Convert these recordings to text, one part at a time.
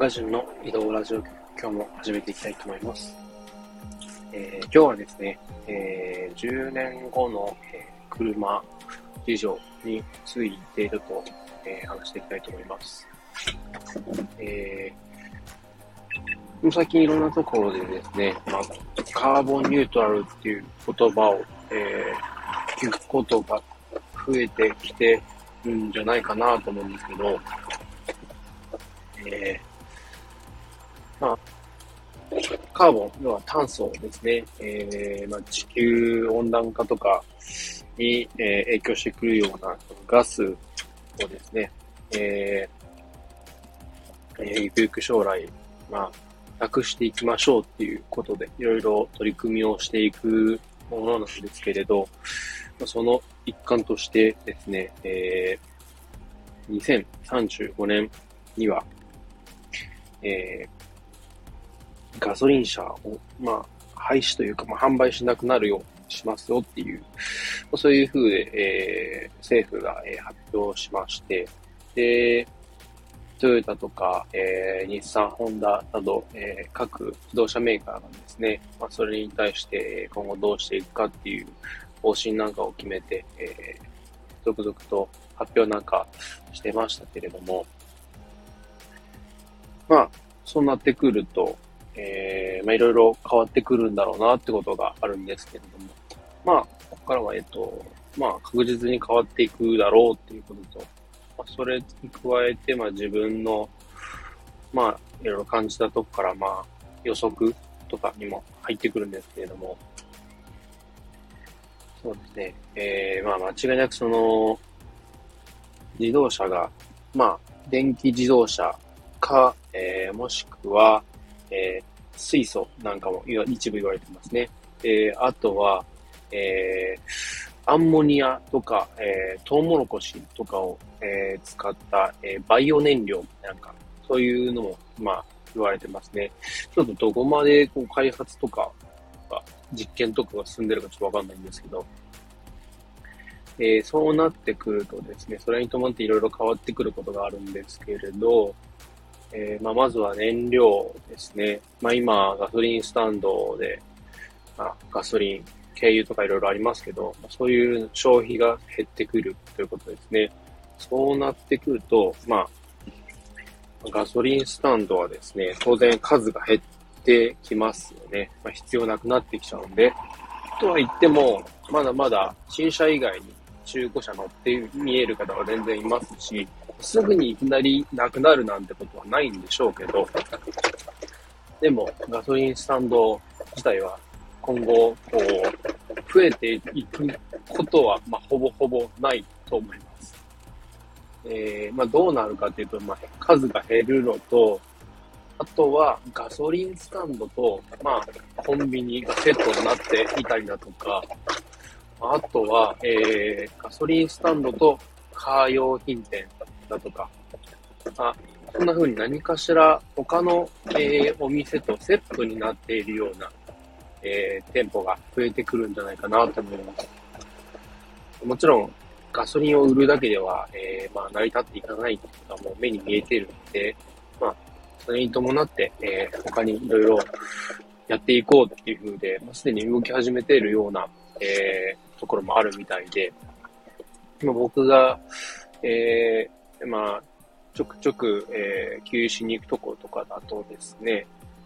ガジュンの移動ラジオ、今日も始めていきたいと思います。今日はですね、10年後の、車事情についてちょっと、話していきたいと思います。最近いろんなところでですね、カーボンニュートラルっていう言葉を、聞くことが増えてきてるんじゃないかなと思うんですけど、カーボン、要は炭素ですね、地球温暖化とかに、影響してくるようなガスをですね、ゆくゆく将来、なくしていきましょうっていうことで、いろいろ取り組みをしていくものなんですけれど、その一環としてですね、2035年には、ガソリン車を、廃止というか、販売しなくなるようにしますよっていう、そういう風で、政府が、発表しまして、で、トヨタとか、日産、ホンダなど、各自動車メーカーがですね、それに対して今後どうしていくかっていう方針なんかを決めて、続々と発表なんかしてましたけれども、そうなってくると、いろいろ変わってくるんだろうなってことがあるんですけれども、ここからは、確実に変わっていくだろうっていうことと、それに加えて、自分の、いろいろ感じたとこから、予測とかにも入ってくるんですけれども、そうですね、間違いなくその、自動車が、電気自動車か、もしくは、水素なんかも一部言われてますね。あとは、アンモニアとか、トウモロコシとかを、使った、バイオ燃料なんか、そういうのも、言われてますね。ちょっとどこまで開発とか、実験とかが進んでるかちょっとわかんないんですけど、そうなってくるとですね、それに伴っていろいろ変わってくることがあるんですけれど、まずは燃料ですね。今、ガソリンスタンドで、ガソリン、軽油とかいろいろありますけど、そういう消費が減ってくるということですね。そうなってくると、ガソリンスタンドはですね、当然数が減ってきますよね。必要なくなってきちゃうんで。とは言っても、まだまだ新車以外に中古車乗って見える方が全然いますし、すぐにいきなりなくなるなんてことはないんでしょうけど、でもガソリンスタンド自体は今後、増えていくことは、ほぼほぼないと思います。どうなるかというと、数が減るのと、あとはガソリンスタンドと、コンビニがセットになっていたりだとか、あとは、ガソリンスタンドとカー用品店だとか、こんな風に何かしら他の、お店とセットになっているような、店舗が増えてくるんじゃないかなと思います。もちろん、ガソリンを売るだけでは、成り立っていかないってことはもう目に見えているので、それに伴って、他にいろいろやっていこうっていう風で、すでに動き始めているような、ところもあるみたいで、今僕が、ちょくちょく、給油しに行くところとかだとですね、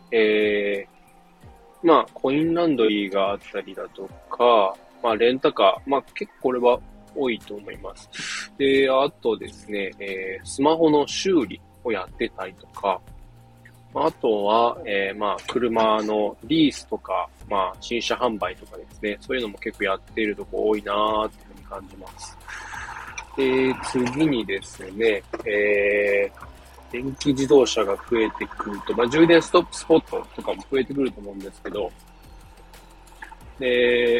コインランドリーがあったりだとか、レンタカー、結構これは多いと思います。で、あとですね、スマホの修理をやってたりとか、あとは、車のリースとか、新車販売とかですね、そういうのも結構やっているとこ多いなーっていうふうに感じます。で、次にですね、電気自動車が増えてくると、充電スポットとかも増えてくると思うんですけど、で、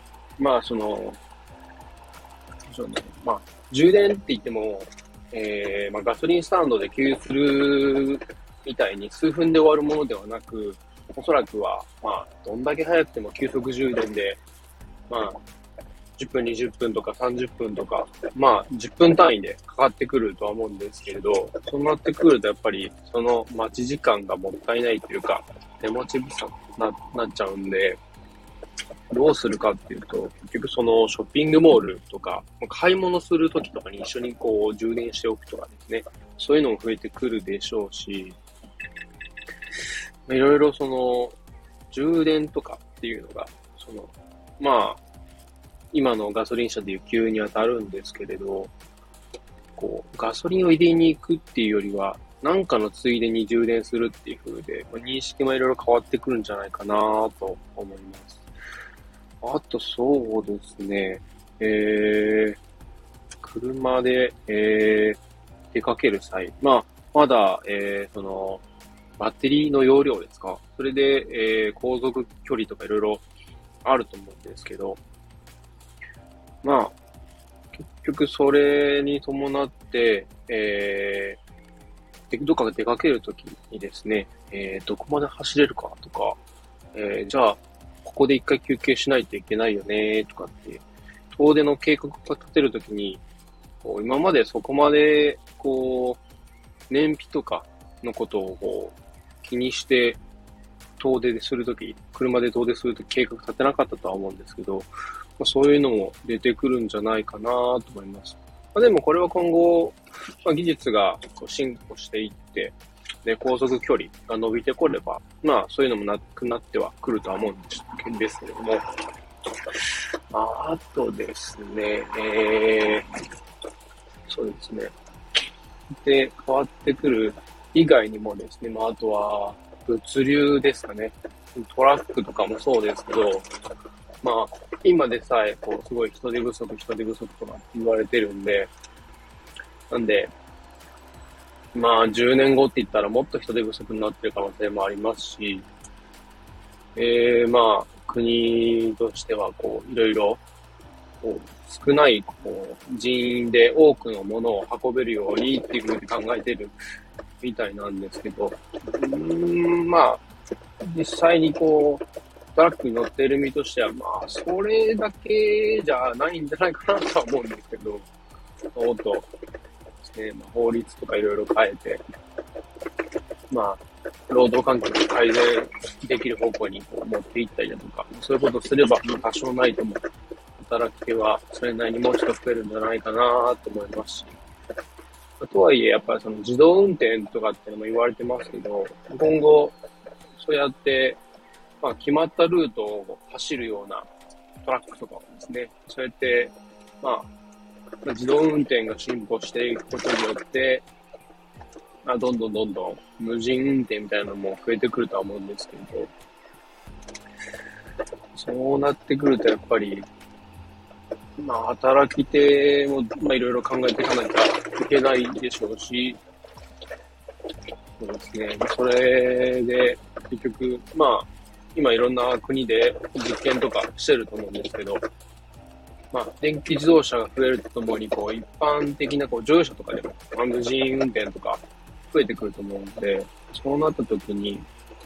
充電って言っても、ガソリンスタンドで給油するみたいに数分で終わるものではなく、おそらくは、どんだけ早くても急速充電で、 10分、20分とか30分とか、まあ10分単位でかかってくるとは思うんですけれど、そうなってくるとやっぱりその待ち時間がもったいないというか、手持ち無沙汰なっちゃうんで、どうするかっていうと、結局そのショッピングモールとか、買い物するときとかに一緒にこう充電しておくとかですね、そういうのも増えてくるでしょうし、いろいろその充電とかっていうのが、その、まあ、今のガソリン車でいう給に当たるんですけれど、こう、ガソリンを入れに行くっていうよりは、なんかのついでに充電するっていう風で、認識もいろいろ変わってくるんじゃないかなと思います。あと、そうですね。車で、出かける際。まあ、まだ、バッテリーの容量ですか。それで、航続距離とかいろいろあると思うんですけど、まあ、結局それに伴って、どっか出かけるときにですね、どこまで走れるかとか、じゃあ、ここで一回休憩しないといけないよね、とかって、遠出の計画を立てるときに、こう今までそこまで、こう、燃費とかのことをこう気にして遠出するとき、車で遠出するとき計画立てなかったとは思うんですけど、そういうのも出てくるんじゃないかなと思います。でもこれは今後、技術がこう進歩していって、で、高速距離が伸びてこれば、そういうのもなくなってはくるとは思うんですけれども、あとですね、そうですね。で、変わってくる以外にもですね、あとは、物流ですかね。トラックとかもそうですけど、今でさえ、こう、すごい人手不足とか言われてるんで、なんで、10年後って言ったらもっと人手不足になってる可能性もありますし、国としては、こう、いろいろ、こう、少ない、こう、人員で多くのものを運べるようにっていうふうに考えてるみたいなんですけど、実際にこう、トラックに乗っている身としては、それだけじゃないんじゃないかなとは思うんですけど、もっとですね、法律とかいろいろ変えて、労働環境を改善できる方向にこう持っていったりだとか、そういうことをすれば、多少ないとも、働き手はそれなりにもう一つ増えるんじゃないかなと思いますし、とはいえ、やっぱりその自動運転とかっていうのも言われてますけど、今後、そうやって、決まったルートを走るようなトラックとかをですね、そうやって、自動運転が進歩していくことによって、どんどん無人運転みたいなのも増えてくるとは思うんですけど、そうなってくるとやっぱり、働き手も、いろいろ考えていかなきゃいけないでしょうし、そうですね。それで、結局、今いろんな国で実験とかしてると思うんですけど、電気自動車が増えるとともに、こう、一般的なこう乗用車とかでも、無人運転とか増えてくると思うので、そうなった時に、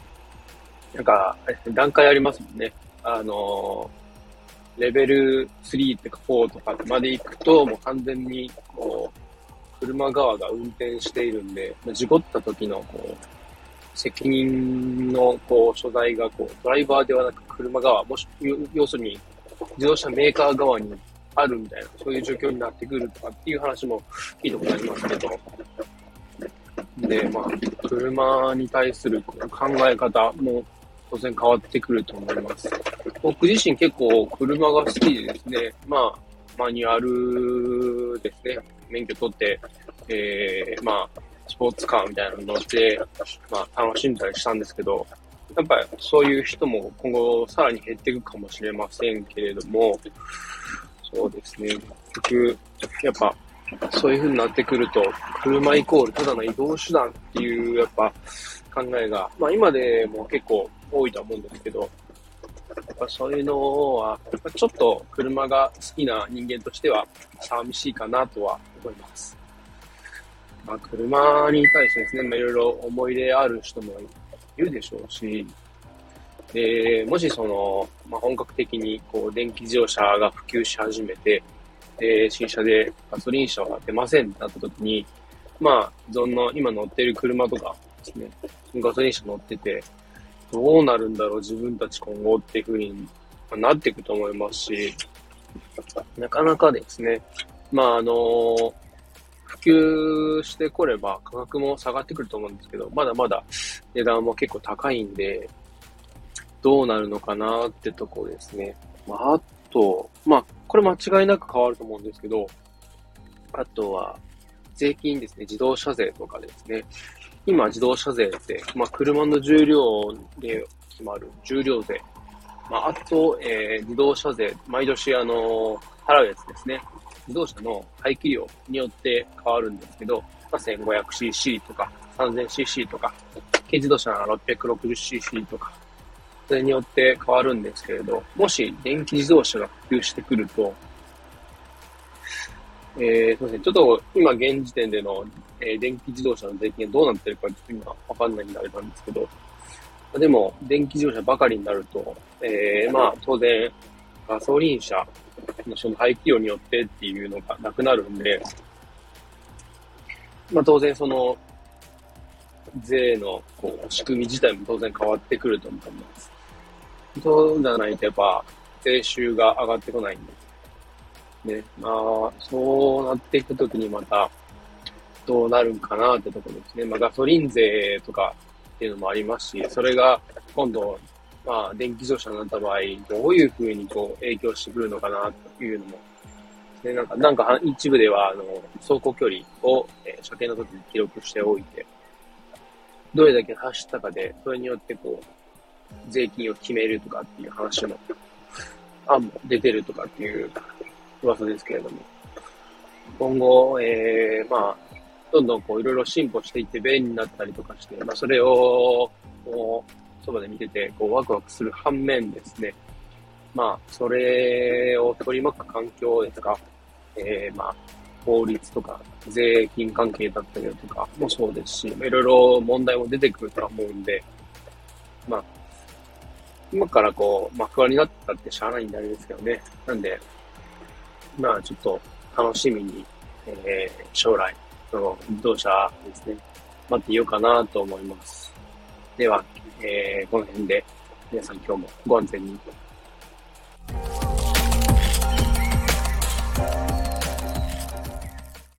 段階ありますもんね。レベル3とか4とかまで行くと、もう完全に、こう、車側が運転しているんで、事故った時の、こう、責任の、こう、所在が、こう、ドライバーではなく車側、要するに、自動車メーカー側にあるみたいな、そういう状況になってくるとかっていう話も聞いたことありますけど、で、車に対する考え方も当然変わってくると思います。僕自身結構車が好きでですね、マニュアルですね、免許取って、スポーツカーみたいなの乗って、楽しんだりしたんですけど、やっぱりそういう人も今後さらに減っていくかもしれませんけれども、そうですね、結局、やっぱそういう風になってくると、車イコールただの移動手段っていうやっぱ考えが、今でも結構多いと思うんですけど、やっぱそういうのは、ちょっと車が好きな人間としては寂しいかなとは思います。車に対してですね、いろいろ思い入れある人もいるでしょうし、 で、もし本格的に電気自動車が普及し始めて、で、新車でガソリン車は出ませんってなった時に、今乗ってる車とかですね、ガソリン車乗ってて、どうなるんだろう、自分たち今後っていう風になっていくと思いますし、なかなかですね、まあ、あの、普及してこれば価格も下がってくると思うんですけど、まだまだ値段も結構高いんで、どうなるのかなってとこですね。これ間違いなく変わると思うんですけど、あとは、税金ですね、自動車税とかですね。今、自動車税って、車の重量で決まる重量税。あと、自動車税、毎年、払うやつですね。自動車の排気量によって変わるんですけど、1500cc とか 3000cc とか、軽自動車なら 660cc とか、それによって変わるんですけれど、もし電気自動車が普及してくると、そうですね、ちょっと今現時点での、電気自動車の税金がどうなってるかちょっと今わかんないんであれなんですけど、でも電気自動車ばかりになると、当然ガソリン車のその排気量によってっていうのがなくなるんで、当然その税の仕組み自体も当然変わってくると思います。そうじゃないとやっぱ税収が上がってこないんで、ね。そうなっていくときにまたどうなるんかなってところですね。ガソリン税とかっていうのもありますし、それが今度、電気自動車になった場合、どういうふうに影響してくるのかなというのも、ね、なんか一部では、走行距離を、車検の時に記録しておいて、どれだけ走ったかで、それによって税金を決めるとかっていう話も、案も出てるとかっていう噂ですけれども、今後、どんどんいろいろ進歩していって便利になったりとかして、それを、そばで見てて、ワクワクする反面ですね、それを取り巻く環境ですか、法律とか、税金関係だったりだとかもそうですし、いろいろ問題も出てくるとは思うんで、まあ、今から不安になったってしゃあないんであれですけどね。なんで、ちょっと楽しみに、将来、その自動車ですね、待っていようかなと思います。では、この辺で皆さん今日もご安全に。